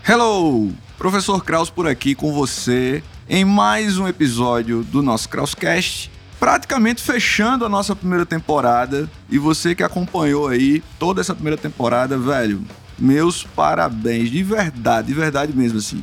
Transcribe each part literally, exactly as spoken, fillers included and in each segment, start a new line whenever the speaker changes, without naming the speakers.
Hello! Professor Kraus por aqui com você em mais um episódio do nosso Krauscast, praticamente fechando a nossa primeira temporada. E você que acompanhou aí toda essa primeira temporada, velho, meus parabéns, de verdade, de verdade mesmo assim.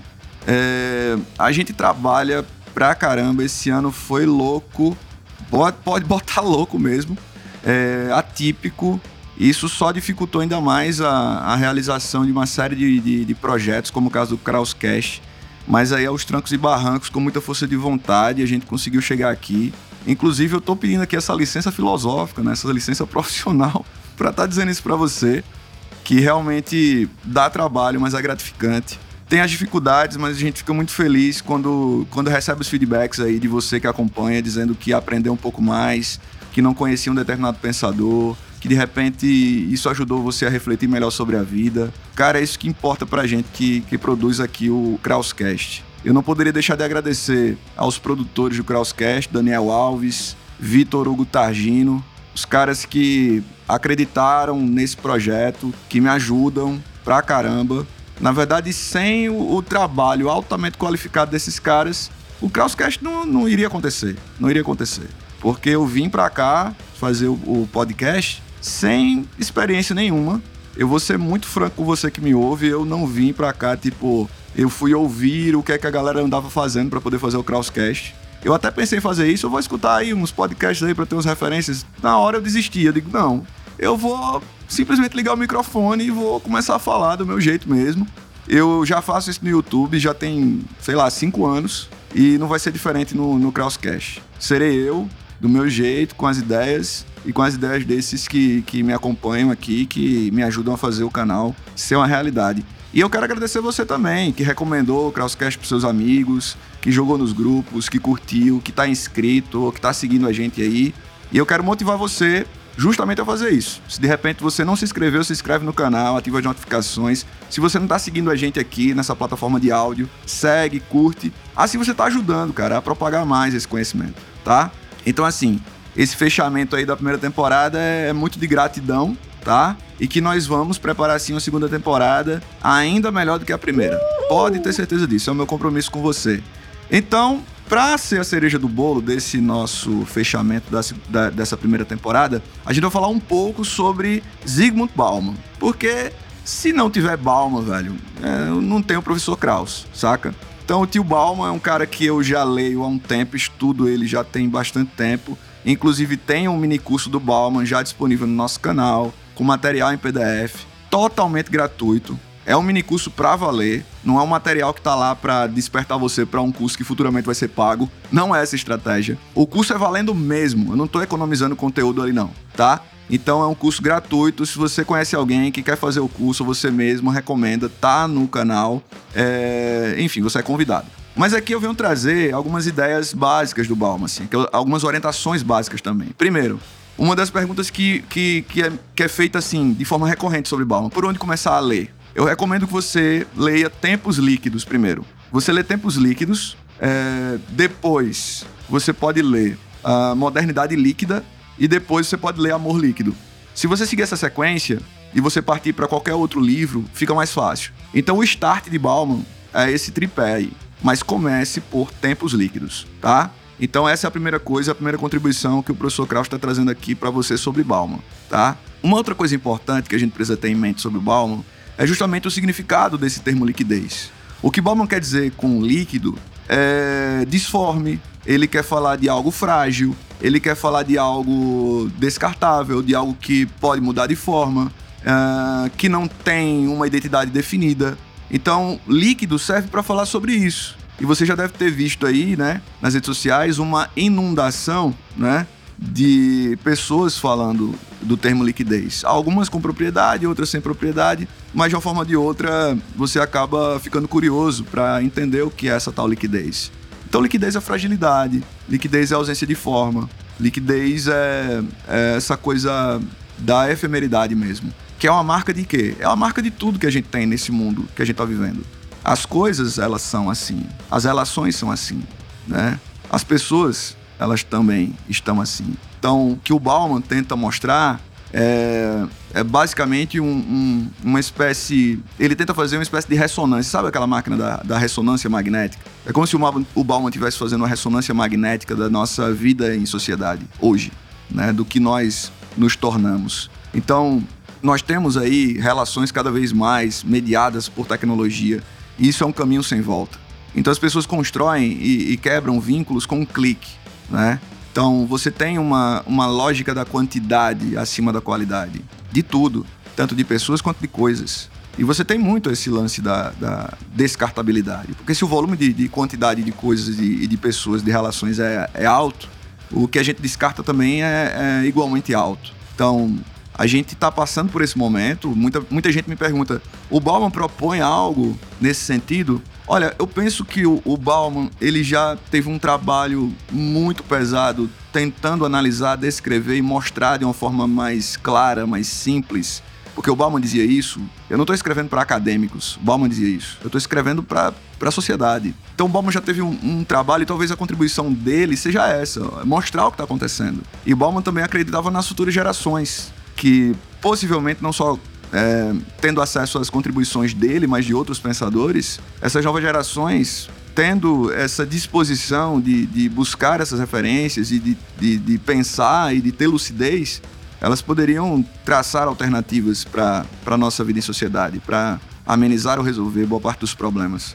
É, a gente trabalha pra caramba, esse ano foi louco, pode, pode botar louco mesmo, é, atípico. Isso só dificultou ainda mais a, a realização de uma série de, de, de projetos, como o caso do Krauscast. Mas aí aos trancos e barrancos, com muita força de vontade, a gente conseguiu chegar aqui. Inclusive eu tô pedindo aqui essa licença filosófica, né? Essa licença profissional, para estar tá dizendo isso para você, que realmente dá trabalho, mas é gratificante. Tem as dificuldades, mas a gente fica muito feliz quando, quando recebe os feedbacks aí de você que acompanha, dizendo que aprendeu um pouco mais, que não conhecia um determinado pensador, que de repente isso ajudou você a refletir melhor sobre a vida. Cara, é isso que importa pra gente que, que produz aqui o Krauscast. Eu não poderia deixar de agradecer aos produtores do Krauscast, Daniel Alves, Vitor Hugo Targino, os caras que acreditaram nesse projeto, que me ajudam pra caramba. Na verdade, sem o, o trabalho altamente qualificado desses caras, o Krauscast não, não iria acontecer. Não iria acontecer. Porque eu vim pra cá fazer o, o podcast sem experiência nenhuma. Eu vou ser muito franco com você que me ouve, eu não vim pra cá, tipo, eu fui ouvir o que é que a galera andava fazendo pra poder fazer o Krauscast. Eu até pensei em fazer isso, eu vou escutar aí uns podcasts aí pra ter umas referências. Na hora eu desisti, eu digo, não, eu vou simplesmente ligar o microfone e vou começar a falar do meu jeito mesmo. Eu já faço isso no YouTube, já tem, sei lá, cinco anos, e não vai ser diferente no, no Krauscast. Serei eu, do meu jeito, com as ideias e com as ideias desses que, que me acompanham aqui, que me ajudam a fazer o canal ser uma realidade. E eu quero agradecer você também, que recomendou o Krauscast pros seus amigos, que jogou nos grupos, que curtiu, que tá inscrito, ou que tá seguindo a gente aí. E eu quero motivar você justamente a fazer isso. Se de repente você não se inscreveu, se inscreve no canal, ativa as notificações. Se você não tá seguindo a gente aqui nessa plataforma de áudio, segue, curte. Assim você tá ajudando, cara, a propagar mais esse conhecimento, tá? Então, assim, esse fechamento aí da primeira temporada é muito de gratidão, tá? E que nós vamos preparar, assim, uma segunda temporada ainda melhor do que a primeira. Pode ter certeza disso, é o meu compromisso com você. Então, pra ser a cereja do bolo desse nosso fechamento da, da, dessa primeira temporada, a gente vai falar um pouco sobre Zygmunt Bauman. Porque se não tiver Bauman, velho, é, não tem o professor Kraus, saca? Então, o tio Bauman é um cara que eu já leio há um tempo, estudo ele já tem bastante tempo. Inclusive, tem um mini curso do Bauman já disponível no nosso canal, com material em P D F, totalmente gratuito. É um mini curso pra valer, não é um material que tá lá pra despertar você pra um curso que futuramente vai ser pago. Não é essa a estratégia. O curso é valendo mesmo, eu não tô economizando conteúdo ali não, tá? Então é um curso gratuito. Se você conhece alguém que quer fazer o curso, você mesmo recomenda, tá no canal. É... Enfim, você é convidado. Mas aqui eu venho trazer algumas ideias básicas do Bauman, assim, algumas orientações básicas também. Primeiro, uma das perguntas que, que, que, é, que é feita assim, de forma recorrente sobre Bauman, por onde começar a ler? Eu recomendo que você leia Tempos Líquidos primeiro. Você lê Tempos Líquidos, é... depois você pode ler a Modernidade Líquida, e depois você pode ler Amor Líquido. Se você seguir essa sequência e você partir para qualquer outro livro, fica mais fácil. Então o start de Bauman é esse tripé aí. Mas comece por Tempos Líquidos, tá? Então essa é a primeira coisa, a primeira contribuição que o professor Kraus está trazendo aqui para você sobre Bauman, tá? Uma outra coisa importante que a gente precisa ter em mente sobre Bauman é justamente o significado desse termo liquidez. O que Bauman quer dizer com líquido é disforme, ele quer falar de algo frágil, ele quer falar de algo descartável, de algo que pode mudar de forma, uh, que não tem uma identidade definida. Então, líquido serve para falar sobre isso. E você já deve ter visto aí, né, nas redes sociais, uma inundação, né, de pessoas falando do termo liquidez. Algumas com propriedade, outras sem propriedade, mas de uma forma ou de outra você acaba ficando curioso para entender o que é essa tal liquidez. Então, liquidez é fragilidade, liquidez é ausência de forma, liquidez é, é essa coisa da efemeridade mesmo. Que é uma marca de quê? É uma marca de tudo que a gente tem nesse mundo que a gente está vivendo. As coisas, elas são assim. As relações são assim, né? As pessoas, elas também estão assim. Então, o que o Bauman tenta mostrar é é basicamente um, um, uma espécie... Ele tenta fazer uma espécie de ressonância. Sabe aquela máquina da, da ressonância magnética? É como se o, Ma- o Bauman estivesse fazendo uma ressonância magnética da nossa vida em sociedade, hoje, né? Do que nós nos tornamos. Então, nós temos aí relações cada vez mais mediadas por tecnologia. E isso é um caminho sem volta. Então, as pessoas constroem e, e quebram vínculos com um clique, né? Então, você tem uma, uma lógica da quantidade acima da qualidade. De tudo, tanto de pessoas quanto de coisas. E você tem muito esse lance da, da descartabilidade. Porque se o volume de, de quantidade de coisas e de, de pessoas, de relações é, é alto, o que a gente descarta também é, é igualmente alto. Então, a gente está passando por esse momento. Muita, muita gente me pergunta, o Bauman propõe algo nesse sentido? Olha, eu penso que o, o Bauman, ele já teve um trabalho muito pesado tentando analisar, descrever e mostrar de uma forma mais clara, mais simples. Porque o Bauman dizia isso, eu não estou escrevendo para acadêmicos, o Bauman dizia isso, eu estou escrevendo para a sociedade. Então o Bauman já teve um, um trabalho e talvez a contribuição dele seja essa, mostrar o que está acontecendo. E o Bauman também acreditava nas futuras gerações, que possivelmente não só... É, tendo acesso às contribuições dele, mas de outros pensadores, essas novas gerações tendo essa disposição de, de buscar essas referências e de, de, de pensar e de ter lucidez, elas poderiam traçar alternativas para a nossa vida em sociedade, para amenizar ou resolver boa parte dos problemas.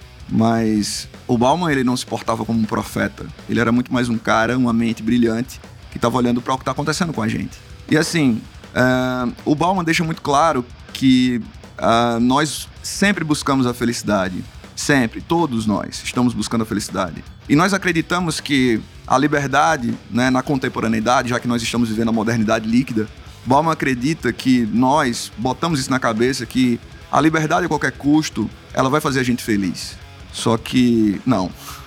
Mas o Bauman, ele não se portava como um profeta, ele era muito mais um cara, uma mente brilhante que estava olhando para o que está acontecendo com a gente. E assim, uh, o Bauman deixa muito claro que uh, nós sempre buscamos a felicidade. Sempre, todos nós estamos buscando a felicidade. E nós acreditamos que a liberdade, né, na contemporaneidade, já que nós estamos vivendo a modernidade líquida, Bauman acredita que nós botamos isso na cabeça, que a liberdade a qualquer custo, ela vai fazer a gente feliz. Só que não.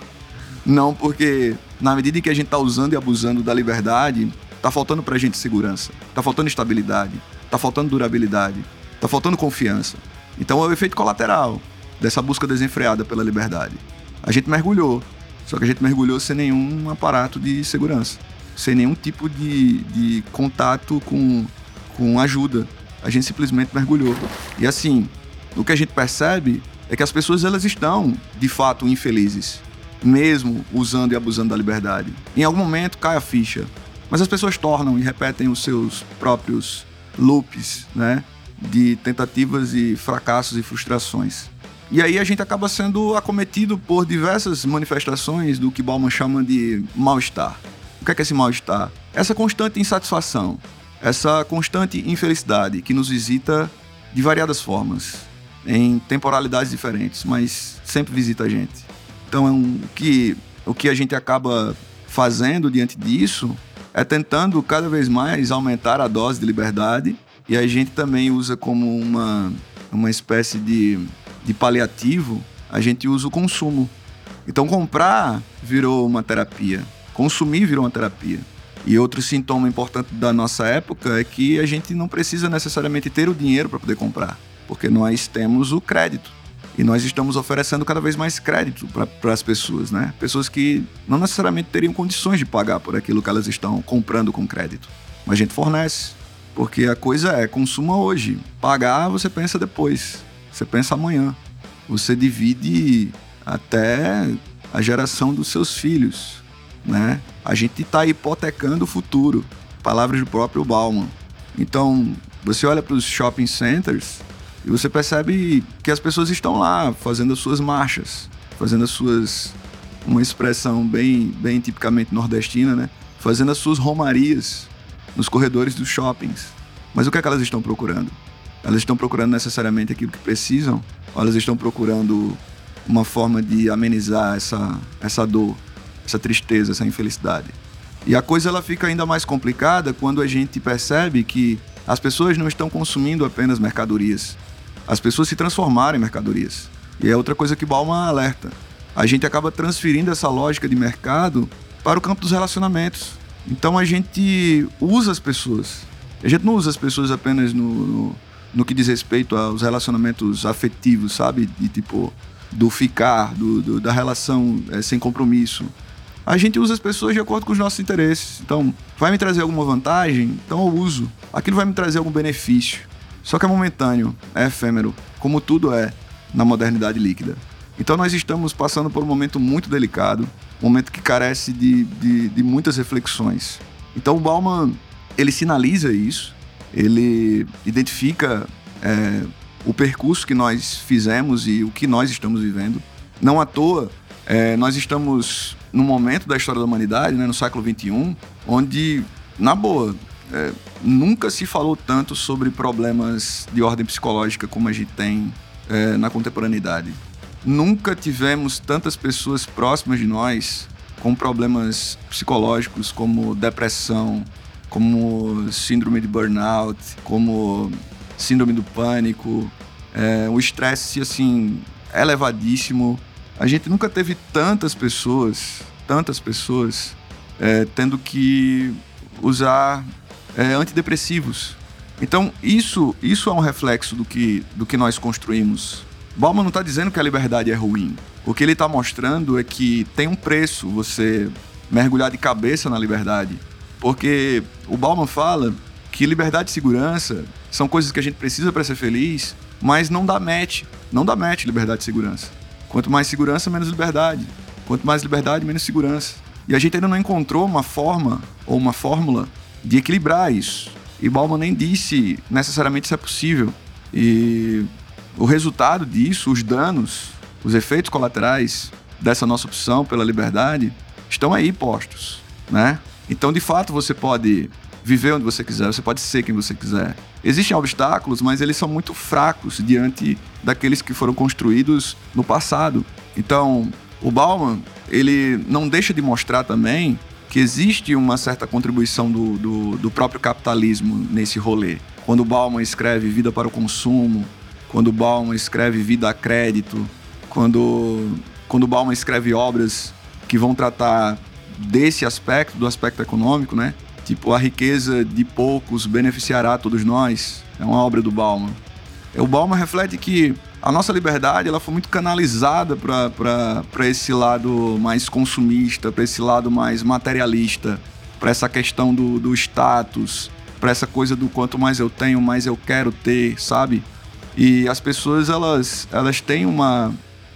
Não, porque na medida em que a gente está usando e abusando da liberdade, está faltando pra gente segurança, está faltando estabilidade, está faltando durabilidade, tá faltando confiança. Então é o efeito colateral dessa busca desenfreada pela liberdade. A gente mergulhou, só que a gente mergulhou sem nenhum aparato de segurança, sem nenhum tipo de, de contato com, com ajuda. A gente simplesmente mergulhou. E assim, o que a gente percebe é que as pessoas, elas estão, de fato, infelizes, mesmo usando e abusando da liberdade. Em algum momento cai a ficha, mas as pessoas tornam e repetem os seus próprios loops, né? De tentativas e fracassos e frustrações. E aí a gente acaba sendo acometido por diversas manifestações do que Bauman chama de mal-estar. O que é, que é esse mal-estar? Essa constante insatisfação, essa constante infelicidade que nos visita de variadas formas, em temporalidades diferentes, mas sempre visita a gente. Então, é um, o, que, o que a gente acaba fazendo diante disso é tentando cada vez mais aumentar a dose de liberdade. E a gente também usa como uma, uma espécie de, de paliativo, a gente usa o consumo. Então comprar virou uma terapia, consumir virou uma terapia. E outro sintoma importante da nossa época é que a gente não precisa necessariamente ter o dinheiro para poder comprar, porque nós temos o crédito. E nós estamos oferecendo cada vez mais crédito para as pessoas, né? Pessoas que não necessariamente teriam condições de pagar por aquilo que elas estão comprando com crédito. Mas a gente fornece. Porque a coisa é, consuma hoje. Pagar, você pensa depois. Você pensa amanhã. Você divide até a geração dos seus filhos, né? A gente está hipotecando o futuro. Palavras do próprio Bauman. Então, você olha para os shopping centers e você percebe que as pessoas estão lá fazendo as suas marchas, fazendo as suas... Uma expressão bem, bem tipicamente nordestina, né? Fazendo as suas romarias nos corredores dos shoppings. Mas o que é que elas estão procurando? Elas estão procurando necessariamente aquilo que precisam? Ou elas estão procurando uma forma de amenizar essa, essa dor, essa tristeza, essa infelicidade? E a coisa ela fica ainda mais complicada quando a gente percebe que as pessoas não estão consumindo apenas mercadorias. As pessoas se transformaram em mercadorias. E é outra coisa que Bauman alerta. A gente acaba transferindo essa lógica de mercado para o campo dos relacionamentos. Então a gente usa as pessoas. A gente não usa as pessoas apenas no, no, no que diz respeito aos relacionamentos afetivos, sabe? De tipo, do ficar, do, do, da relação é, sem compromisso. A gente usa as pessoas de acordo com os nossos interesses. Então, vai me trazer alguma vantagem? Então eu uso. Aquilo vai me trazer algum benefício. só que é momentâneo, é efêmero, como tudo é na modernidade líquida. Então nós estamos passando por um momento muito delicado, um momento que carece de, de, de muitas reflexões. Então o Bauman, ele sinaliza isso, ele identifica é, o percurso que nós fizemos e o que nós estamos vivendo. Não à toa, é, nós estamos num momento da história da humanidade, né, no século vinte e um, onde, na boa, é, nunca se falou tanto sobre problemas de ordem psicológica como a gente tem é, na contemporaneidade. Nunca tivemos tantas pessoas próximas de nós com problemas psicológicos como depressão, como síndrome de burnout, como síndrome do pânico, é, o estresse assim, elevadíssimo. A gente nunca teve tantas pessoas, tantas pessoas é, tendo que usar é, antidepressivos. Então isso, isso é um reflexo do que, do que nós construímos. Bauman não está dizendo que a liberdade é ruim. O que ele está mostrando é que tem um preço você mergulhar de cabeça na liberdade. Porque o Bauman fala que liberdade e segurança são coisas que a gente precisa para ser feliz, mas não dá match. Não dá match liberdade e segurança. Quanto mais segurança, menos liberdade. Quanto mais liberdade, menos segurança. E a gente ainda não encontrou uma forma ou uma fórmula de equilibrar isso. E Bauman nem disse necessariamente se é possível. E o resultado disso, os danos, os efeitos colaterais dessa nossa opção pela liberdade estão aí postos, né? Então, de fato, você pode viver onde você quiser, você pode ser quem você quiser. Existem obstáculos, mas eles são muito fracos diante daqueles que foram construídos no passado. Então, o Bauman, ele não deixa de mostrar também que existe uma certa contribuição do, do, do próprio capitalismo nesse rolê. Quando o Bauman escreve Vida para o Consumo, quando o Bauman escreve Vida a Crédito, quando, quando o Bauman escreve obras que vão tratar desse aspecto, do aspecto econômico, né? Tipo, a riqueza de poucos beneficiará todos nós. É uma obra do Bauman. O Bauman reflete que a nossa liberdade ela foi muito canalizada para esse lado mais consumista, para esse lado mais materialista, para essa questão do, do status, para essa coisa do quanto mais eu tenho, mais eu quero ter, sabe? E as pessoas, elas, elas têm uma,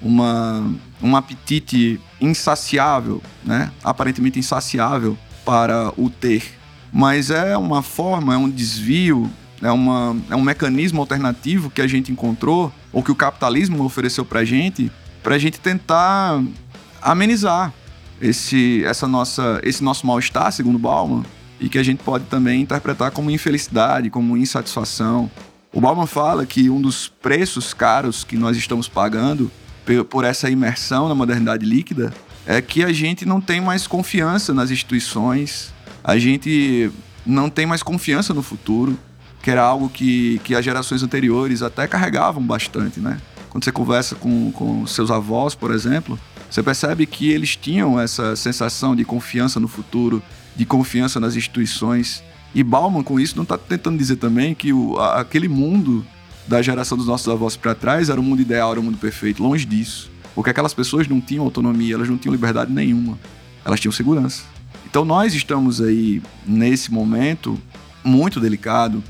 uma, um apetite insaciável, né? Aparentemente insaciável para o ter. Mas é uma forma, é um desvio, é, uma, é um mecanismo alternativo que a gente encontrou, ou que o capitalismo ofereceu para a gente, para a gente tentar amenizar esse, essa nossa, esse nosso mal-estar, segundo Bauman, e que a gente pode também interpretar como infelicidade, como insatisfação. O Bauman fala que um dos preços caros que nós estamos pagando por essa imersão na modernidade líquida é que a gente não tem mais confiança nas instituições, a gente não tem mais confiança no futuro, que era algo que, que as gerações anteriores até carregavam bastante, né? Quando você conversa com, com seus avós, por exemplo, você percebe que eles tinham essa sensação de confiança no futuro, de confiança nas instituições. E Bauman, com isso, não está tentando dizer também que o, a, aquele mundo da geração dos nossos avós para trás era um mundo ideal, era um mundo perfeito. Longe disso. Porque aquelas pessoas não tinham autonomia, elas não tinham liberdade nenhuma. Elas tinham segurança. Então nós estamos aí, nesse momento muito delicado,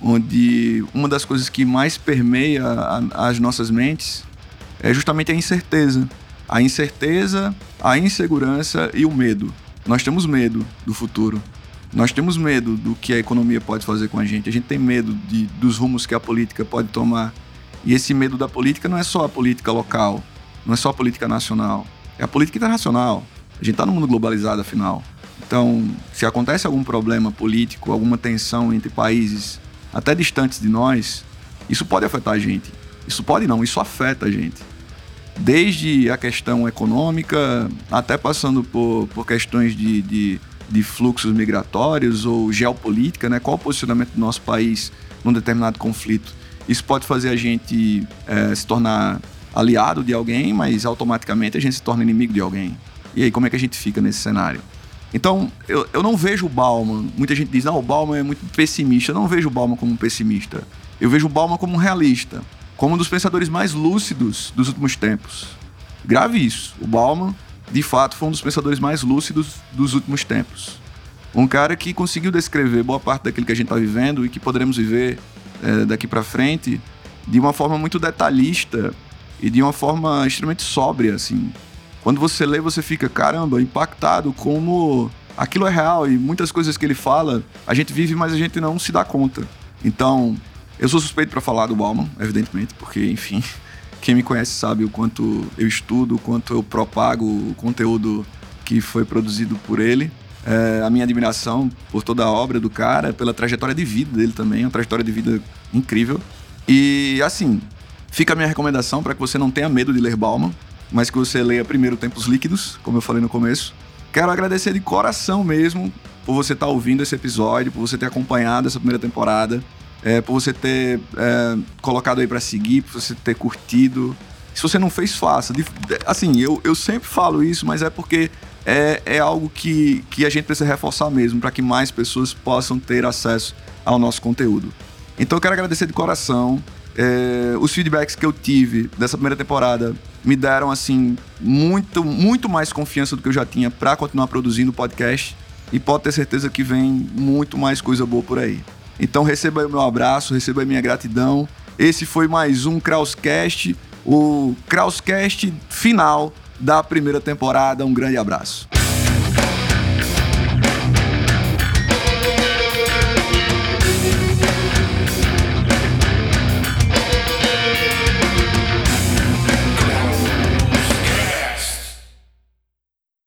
onde uma das coisas que mais permeia a, as nossas mentes é justamente a incerteza. A incerteza, a insegurança e o medo. Nós temos medo do futuro. Nós temos medo do que a economia pode fazer com a gente. A gente tem medo de, dos rumos que a política pode tomar. E esse medo da política não é só a política local, não é só a política nacional, é a política internacional. A gente está no mundo globalizado, afinal. Então, se acontece algum problema político, alguma tensão entre países até distantes de nós, isso pode afetar a gente. Isso pode não, isso afeta a gente. Desde a questão econômica, até passando por, por questões de... de de fluxos migratórios ou geopolítica, né? Qual o posicionamento do nosso país num determinado conflito. Isso pode fazer a gente é, se tornar aliado de alguém, mas automaticamente a gente se torna inimigo de alguém. E aí, como é que a gente fica nesse cenário? Então, eu, eu não vejo o Bauman, muita gente diz, não, o Bauman é muito pessimista. Eu não vejo o Bauman como um pessimista. Eu vejo o Bauman como um realista, como um dos pensadores mais lúcidos dos últimos tempos. Grave isso, o Bauman de fato, foi um dos pensadores mais lúcidos dos últimos tempos. Um cara que conseguiu descrever boa parte daquilo que a gente está vivendo e que poderemos viver é, daqui pra frente de uma forma muito detalhista e de uma forma extremamente sóbria, assim. Quando você lê, você fica, caramba, impactado como aquilo é real, e muitas coisas que ele fala, a gente vive, mas a gente não se dá conta. Então, eu sou suspeito para falar do Bauman, evidentemente, porque, enfim, quem me conhece sabe o quanto eu estudo, o quanto eu propago o conteúdo que foi produzido por ele. É, a minha admiração por toda a obra do cara, pela trajetória de vida dele também, uma trajetória de vida incrível. E, assim, fica a minha recomendação para que você não tenha medo de ler Bauman, mas que você leia primeiro Tempos Líquidos, como eu falei no começo. Quero agradecer de coração mesmo por você estar ouvindo esse episódio, por você ter acompanhado essa primeira temporada, é, por você ter é, colocado aí para seguir, por você ter curtido. Se você não fez, faça. Assim, eu, eu sempre falo isso, mas é porque é, é algo que, que a gente precisa reforçar mesmo, para que mais pessoas possam ter acesso ao nosso conteúdo. Então eu quero agradecer de coração. É, os feedbacks que eu tive dessa primeira temporada me deram, assim, muito, muito mais confiança do que eu já tinha para continuar produzindo o podcast, e pode ter certeza que vem muito mais coisa boa por aí. Então receba aí o meu abraço, receba aí minha gratidão. Esse foi mais um Krauscast, o Krauscast final da primeira temporada. Um grande abraço.